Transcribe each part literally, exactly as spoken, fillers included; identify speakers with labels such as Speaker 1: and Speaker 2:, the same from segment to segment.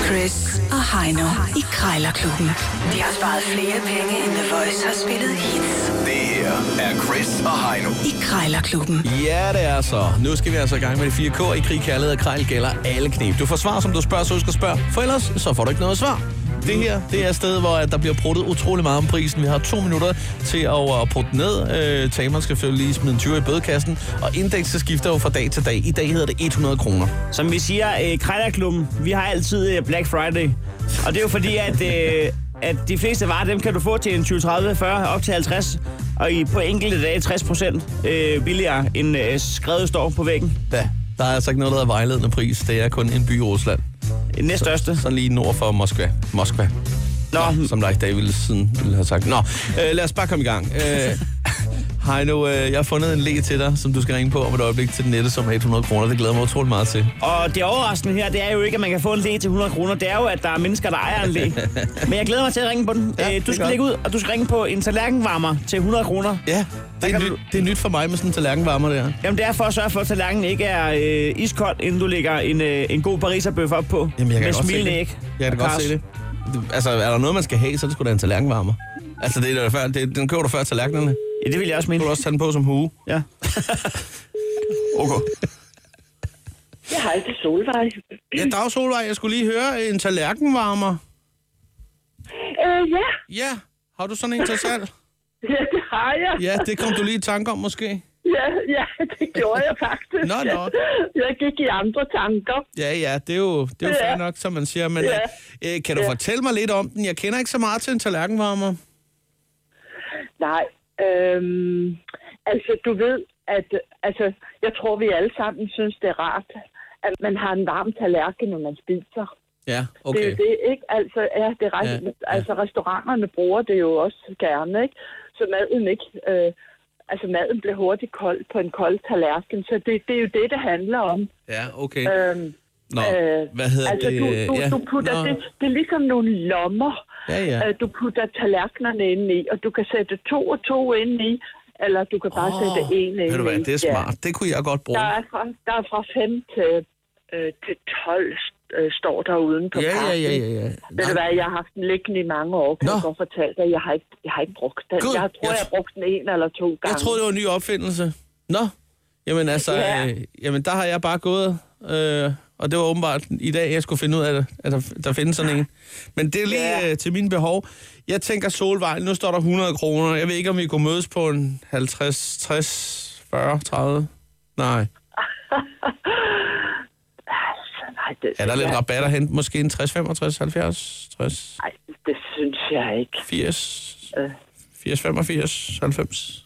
Speaker 1: Chris og Heino i Krejlerklubben. De har sparet flere penge, end The Voice har spillet hits.
Speaker 2: Det her er Chris og Heino
Speaker 1: i Krejlerklubben.
Speaker 3: Ja, det er så. Nu skal vi altså i gang med de fire K i Krig, Kærlighed og Krejl gælder alle knep. Du får svar, som du spørger, så du skal spørge. For ellers, så får du ikke noget svar. Det her, det er et sted, hvor der bliver pruttet utrolig meget om prisen. Vi har to minutter til at prutte ned. Øh, Tameren skal selvfølgelig lige smide en tyve i bødekassen. Og indekset skifter jo fra dag til dag. I dag hedder det hundrede kroner.
Speaker 4: Som vi siger, øh, Krejlerklubben, vi har altid Black Friday. Og det er jo fordi, at, øh, at de fleste varer, dem kan du få til en tyve, tredive, fyrre, op til halvtreds. Og i, på enkelte dage tres procent øh, billigere, end øh, skrevet står på væggen.
Speaker 3: Ja, der er altså ikke noget, der hedder vejledende pris. Det er kun en by i Rusland.
Speaker 4: Næststørste.
Speaker 3: Så, sådan lige nord for Moskva. Moskva.
Speaker 4: Nå.
Speaker 3: Nå, som Leif David siden ville have sagt. Nå, øh, lad os bare komme i gang. Øh, Heino, øh, jeg har fundet en læge til dig, som du skal ringe på om et øjeblik til den nette som er hundrede kroner. Det glæder mig utroligt meget til.
Speaker 4: Og det overraskende her, det er jo ikke, at man kan få en læge til hundrede kroner. Det er jo, at der er mennesker, der ejer en læge. Men jeg glæder mig til at ringe på den. Ja, øh, du skal lægge ud, og du skal ringe på en tallerkenvarmer til hundrede kroner.
Speaker 3: Ja, det er, nyt,
Speaker 4: du...
Speaker 3: det er nyt for mig med sådan en tallerkenvarmer der.
Speaker 4: Jamen det er for at sørge for, at tallerkenen ikke er øh, iskold, inden du lægger en, øh, en god pariserbøf op på.
Speaker 3: Jamen, jeg kan
Speaker 4: med
Speaker 3: godt
Speaker 4: smilende æg.
Speaker 3: Jeg kan godt se det. Altså, er der noget, man skal have, så er det sgu da en tallerkenvarmer. Altså, det er der før, det, den køber du før tallerkenerne.
Speaker 4: Ja, det vil jeg også mene.
Speaker 3: Du kan også tage den på som hue.
Speaker 4: Ja.
Speaker 3: Okay.
Speaker 5: Ja, hej, det er Solvej.
Speaker 3: Ja, dag Solvej. Jeg skulle lige høre en tallerkenvarmer.
Speaker 5: Øh, ja.
Speaker 3: Ja, har du sådan en til salg?
Speaker 5: Ja, det har jeg.
Speaker 3: Ja, det kom du lige i tanke om måske.
Speaker 5: Ja, ja, det gjorde jeg faktisk.
Speaker 3: Nå, nå.
Speaker 5: Jeg gik i andre tanker.
Speaker 3: Ja, ja, det er jo, det er jo
Speaker 5: Ja.
Speaker 3: fair nok, som man siger. Men
Speaker 5: Ja.
Speaker 3: øh, kan du
Speaker 5: Ja.
Speaker 3: fortælle mig lidt om den? Jeg kender ikke så meget til en tallerkenvarmer.
Speaker 5: Nej, øhm, altså du ved, at altså, jeg tror, vi alle sammen synes, det er rart, at man har en varm tallerken, når man spiser.
Speaker 3: Ja,
Speaker 5: Det er
Speaker 3: okay.
Speaker 5: jo det, ikke? Altså, ja, det er ret,
Speaker 3: Ja,
Speaker 5: ja,
Speaker 3: ja.
Speaker 5: altså restauranterne bruger det jo også gerne, ikke? Så maden ikke... Øh, altså maden bliver hurtigt kold på en kold tallerken, så det, det er jo det, det handler om.
Speaker 3: Ja, okay.
Speaker 5: Øhm,
Speaker 3: Nå, hvad hedder
Speaker 5: altså,
Speaker 3: det?
Speaker 5: Du, du,
Speaker 3: Ja,
Speaker 5: du putter,
Speaker 3: nå.
Speaker 5: det, det er ligesom nogle lommer,
Speaker 3: Ja, ja.
Speaker 5: øh, du putter tallerkenerne ind i, og du kan sætte to og to ind i, eller du kan bare
Speaker 3: Åh,
Speaker 5: sætte en ind i.
Speaker 3: Ved du hvad, det er smart. Ja. Det kunne jeg godt bruge.
Speaker 5: Der er fra, der er fra fem til, øh, til tolv øh, står der uden på
Speaker 3: Ja, ja,
Speaker 5: pakken.
Speaker 3: ja, ja, ja.
Speaker 5: Ved du hvad, jeg har haft den liggende i mange år, kan
Speaker 3: Nå.
Speaker 5: jeg godt fortælle dig. Jeg har ikke, jeg har ikke brugt den.
Speaker 3: Gud,
Speaker 5: jeg tror,
Speaker 3: jeg
Speaker 5: jeg, jeg har brugt den en eller to gange.
Speaker 3: Jeg troede, det var en ny opfindelse. Nå, jamen altså,
Speaker 5: Ja.
Speaker 3: øh, jamen der har jeg bare gået, øh, og det var åbenbart i dag, jeg skulle finde ud af, det, at der, der findes sådan en. Men det er lige
Speaker 5: Ja.
Speaker 3: øh, til mine behov. Jeg tænker Solvej, nu står der hundrede kroner. Jeg ved ikke, om vi kunne mødes på en halvtreds, tres, fyrre, tredive. Nej.
Speaker 5: Altså, nej, det,
Speaker 3: Er der lidt rabat at hente? Måske en tres, femogtres, halvfjerds, tres,
Speaker 5: Nej, det synes jeg ikke.
Speaker 3: firs,
Speaker 5: Øh.
Speaker 3: firs, femogfirs, halvfems,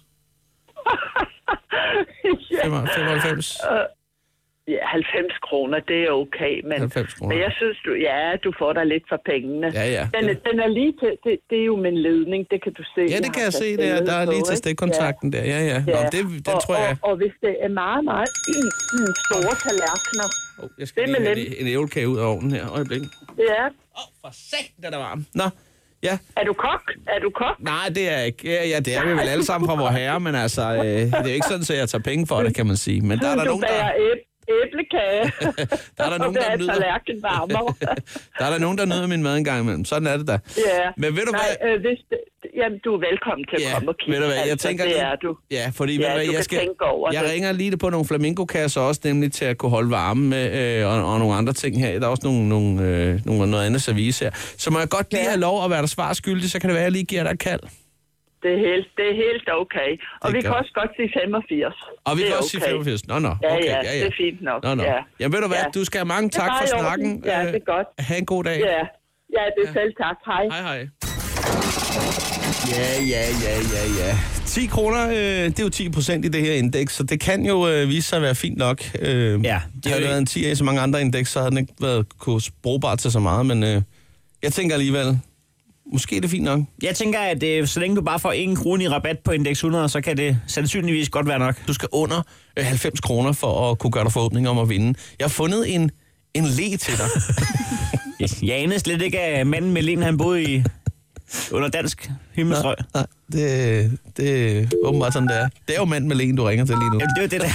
Speaker 5: ja,
Speaker 3: femoghalvfems.
Speaker 5: ja, halvfems kroner, det er okay, men,
Speaker 3: halvfems kroner.
Speaker 5: men jeg synes, du, ja, du får da lidt for pengene.
Speaker 3: Ja, ja.
Speaker 5: Den, er- den er lige til, det, det er jo min ledning, det kan du se.
Speaker 3: Ja, det kan jeg se, der, der er lige til stikkontakten der. Ja, ja. Nå,
Speaker 5: Ja.
Speaker 3: det, det
Speaker 5: og,
Speaker 3: tror jeg...
Speaker 5: Og, og hvis det er meget, meget store tallerkener,
Speaker 3: Oh, jeg skal
Speaker 5: det
Speaker 3: lige
Speaker 5: med
Speaker 3: have
Speaker 5: lem.
Speaker 3: en ævlekage ud af ovnen her. Øjeblik.
Speaker 5: det er...
Speaker 3: Åh, oh, for satan, den er varm. Nå, ja.
Speaker 5: Er du kok? Er du kok?
Speaker 3: Nej, det er ikke. Ja, ja, det er vi vel alle sammen fra vor herre, men altså, øh, det er jo ikke sådan, at jeg tager penge for det, kan man sige. Men der er der
Speaker 5: du
Speaker 3: nogen,
Speaker 5: bager
Speaker 3: der...
Speaker 5: æb- æblekage.
Speaker 3: Der er der nogen, der
Speaker 5: og
Speaker 3: nyder.
Speaker 5: tallerkenvarmer.
Speaker 3: Der er der nogen, der nyder min mad en gang imellem. Sådan er det da.
Speaker 5: Ja.
Speaker 3: Men ved du
Speaker 5: Nej,
Speaker 3: hvad?
Speaker 5: øh, hvis det, jamen, du er velkommen til at
Speaker 3: Ja,
Speaker 5: komme og kigge.
Speaker 3: ved du hvad, jeg
Speaker 5: altså,
Speaker 3: tænker
Speaker 5: det
Speaker 3: lige-
Speaker 5: er du.
Speaker 3: Ja, fordi
Speaker 5: Ja,
Speaker 3: ved du hvad,
Speaker 5: du
Speaker 3: jeg
Speaker 5: kan
Speaker 3: skal...
Speaker 5: tænke over
Speaker 3: Jeg
Speaker 5: det.
Speaker 3: ringer lige det på nogle flamingokasser også, nemlig til at kunne holde varme med, øh, og, og nogle andre ting her. Der er også nogle, nogle, øh, nogle noget andet service her. Så må jeg godt lige
Speaker 5: Ja.
Speaker 3: have lov at være der svarskyldig, så kan det være, at jeg lige giver dig et kald.
Speaker 5: Det er helt, det er helt okay. Og
Speaker 3: Det
Speaker 5: vi
Speaker 3: er
Speaker 5: kan
Speaker 3: godt.
Speaker 5: også godt sige femogfirs.
Speaker 3: Og vi
Speaker 5: Det
Speaker 3: kan
Speaker 5: er
Speaker 3: også sige
Speaker 5: okay.
Speaker 3: femogfirs. Nå, nå.
Speaker 5: Ja,
Speaker 3: Okay,
Speaker 5: ja,
Speaker 3: ja, ja.
Speaker 5: det er fint nok.
Speaker 3: Nå, nå.
Speaker 5: Ja.
Speaker 3: Jamen ved du hvad,
Speaker 5: Ja.
Speaker 3: du skal have mange
Speaker 5: Det er
Speaker 3: tak for
Speaker 5: bare i orden.
Speaker 3: snakken.
Speaker 5: Ja, det er godt.
Speaker 3: Ha' en god dag.
Speaker 5: Ja, ja det er selv tak. Hej.
Speaker 3: Hej, hej. Ja, ja, ja, ja, ja. ti kroner, øh, det er jo ti procent i det her indeks, så det kan jo øh, vise sig at være fint nok. Øh,
Speaker 4: Ja,
Speaker 3: det
Speaker 4: det er
Speaker 3: havde
Speaker 4: jo
Speaker 3: været en ti i så mange andre indeks, så havde den ikke været kunne brugbart til så meget, men øh, jeg tænker alligevel, måske er det fint nok.
Speaker 4: Jeg tænker, at øh, så længe du bare får en krone i rabat på indeks hundrede, så kan det sandsynligvis godt være nok.
Speaker 3: Du skal under øh, halvfems kroner for at kunne gøre dig forhåbninger om at vinde. Jeg har fundet en, en le til dig.
Speaker 4: Jeg anede slet ikke, at manden med len, han boede i under dansk himmelstrøg.
Speaker 3: Nej, Det, det er åbenbart sådan, det er. Det er jo mand med len, du ringer til lige nu.
Speaker 4: Jamen, det er jo det, der.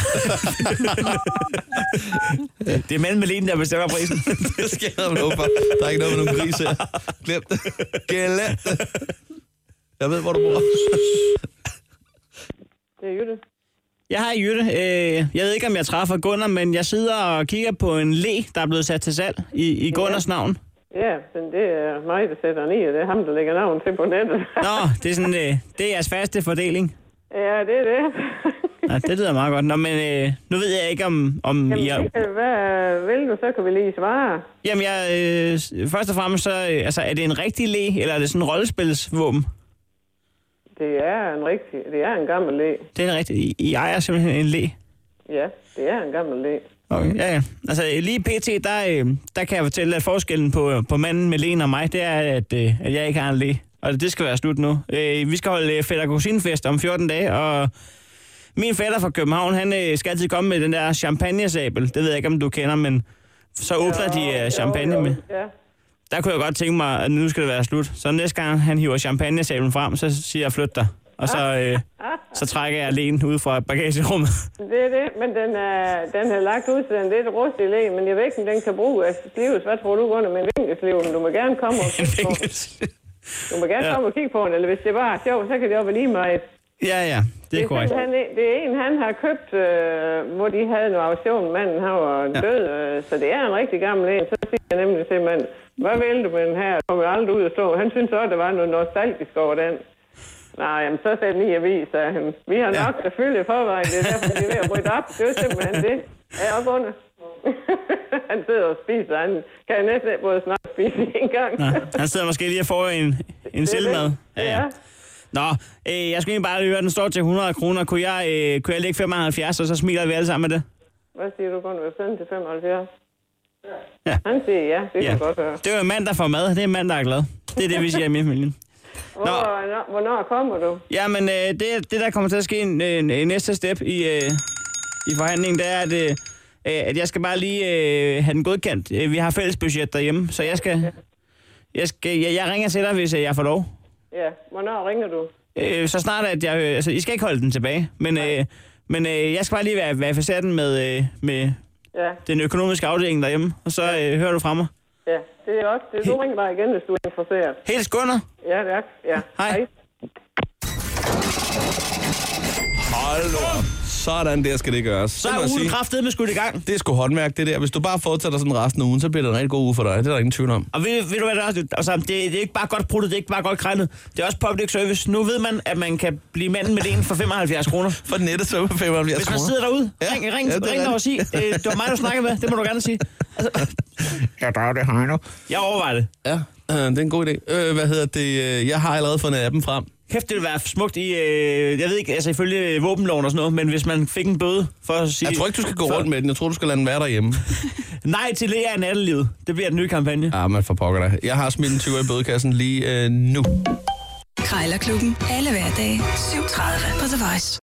Speaker 4: Det er mand med len, der bestemmer prisen.
Speaker 3: Det skal jeg love for. Der er ikke noget med nogen gris her. Glem det. Glem det. Jeg ved, hvor du bor.
Speaker 5: Det er Jytte.
Speaker 4: Jeg har Jytte. Jeg ved ikke, om jeg træffer Gunnar, men jeg sidder og kigger på en le, der er blevet sat til salg i, i Gunnars navn.
Speaker 6: Ja, men det er mig, der sætter den i, og det er ham, der lægger navn til på nettet.
Speaker 4: Nå, det er sådan, det er jeres faste fordeling.
Speaker 6: Ja, det er det.
Speaker 4: Ja, det lyder meget godt. Nå, men øh, nu ved jeg ikke, om, om
Speaker 6: Jamen,
Speaker 4: I er...
Speaker 6: hvad vil du, så kan vi lige svare.
Speaker 4: Jamen, jeg, øh, først og fremmest, så, øh, altså, er det en rigtig le, eller er det sådan en rollespilsvåben?
Speaker 6: Det er en rigtig, det er en gammel læ.
Speaker 4: Det er en rigtig... I, I ejer simpelthen en le?
Speaker 6: Ja, det er en gammel læ.
Speaker 4: Okay, ja, ja. Altså, lige pt, der, øh, der kan jeg fortælle, at forskellen på, på manden med len og mig, det er, at, øh, at jeg ikke har en le. Og det skal være slut nu. Øh, vi skal holde fætter kusinefest om fjorten dage, og min fætter fra København, han øh, skal altid komme med den der champagnesabel. Det ved jeg ikke, om du kender, men så åbner jo, de øh, champagne jo, jo. med.
Speaker 6: Ja.
Speaker 4: Der kunne jeg godt tænke mig, at nu skal det være slut. Så næste gang han hiver champagnesablen frem, så siger jeg, flyt dig. Og så, øh, så trækker jeg len ud fra bagagerummet.
Speaker 6: Det er det, men den er, den er lagt ud til en lidt rustig læ, men jeg ved ikke, om den kan bruge af slives. Hvad tror du, Gunnar, med en vinkelsliv? Men du må gerne komme og kigge på den. Du må gerne ja. komme og kigge på den, eller hvis det bare er sjovt, så kan det jo være lige meget.
Speaker 4: Ja, ja, det er, er korrekt.
Speaker 6: Det er en, han har købt, øh, hvor de havde noget auktion. Manden har jo død, ja. øh, så det er en rigtig gammel en. Så siger jeg nemlig til manden, hvad vil du med den her? Jeg kommer aldrig ud og stå. Han synes også, at der var noget nostalgisk over den. Nej, jamen, så sæt den i avis, sagde han. Vi har nok ja. selvfølgelig forvejen, det er derfor, vi er ved at rydde op. Det er jo simpelthen det. Ja, og Gunnar. Han sidder og spiser, han kan næsten både snart spise en gang.
Speaker 4: Nå, han sidder måske lige og får en, en selvmad. Ja, ja. Nå, øh, jeg skal egentlig bare høre, den står til hundrede kroner. Kunne jeg, øh, kunne jeg lægge femoghalvfjerds, og så smiler vi alle sammen med det?
Speaker 6: Hvad siger du, Gunnar? Vil du sende til femoghalvfjerds?
Speaker 4: Ja.
Speaker 6: Han siger ja, det kan
Speaker 4: ja.
Speaker 6: jeg godt høre.
Speaker 4: Det er jo en mand, der får mad. Det er en mand, der er glad. Det er det, vi siger i min familie.
Speaker 6: Hvornår, hvornår kommer du?
Speaker 4: Jamen, øh, det, det der kommer til at ske en, en, en næste step i, øh, i forhandlingen, det er, at, øh, at jeg skal bare lige øh, have den godkendt. Vi har fælles budget derhjemme, så jeg skal, jeg, skal jeg, jeg ringer til dig, hvis jeg får lov.
Speaker 6: Ja, hvornår ringer du?
Speaker 4: Øh, så snart, at jeg... Altså, I skal ikke holde den tilbage, men, øh, men øh, jeg skal bare lige verificere den med, øh, med ja. den økonomiske afdeling derhjemme, og så øh, hører du fra mig.
Speaker 6: Ja, det er også. Det, du ringer bare igen, hvis du er interesseret.
Speaker 4: Helt Gunnar.
Speaker 6: Ja, det er. Ja.
Speaker 4: Hej. Hej.
Speaker 3: Hold nu op. Sådan der skal det gøres.
Speaker 4: Så er ugen kraftedeme skudt i gang.
Speaker 3: Det er sgu håndværk, det der. Hvis du bare fortsætter sådan resten af ugen, så bliver det en rigtig god uge for dig. Det er der ingen tvivl om.
Speaker 4: Og ved, ved du hvad, det er, altså, det, det er ikke bare godt pruttet, det er ikke bare godt krændet. Det er også public service. Nu ved man, at man kan blive manden med len for femoghalvfjerds kroner.
Speaker 3: For nettet så for femoghalvfjerds kroner.
Speaker 4: Hvis man sidder derude, ja. ring, ring, ja, ring og sig. Øh, det var mig, du snakkede med. Det må du gerne sige. Altså,
Speaker 3: ja, der er det Heino.
Speaker 4: Jeg overvejer det.
Speaker 3: Ja, øh, det er en god idé. Øh, hvad hedder det? Jeg har allerede fundet appen frem.
Speaker 4: Kæft, det ville være smukt i, øh, jeg ved ikke, altså ifølge våbenloven og sådan noget, men hvis man fik en bøde for at sige...
Speaker 3: Jeg tror ikke, du skal gå
Speaker 4: for...
Speaker 3: rundt med den. Jeg tror, du skal lade den være derhjemme.
Speaker 4: Nej til læger i nattelivet. Det bliver den nye kampagne.
Speaker 3: Ja, man får pokker dig. Jeg har smidt en tyver i bødekassen lige øh, nu.
Speaker 1: Krejlerklubben. Alle hverdage. syv tredive på The Voice.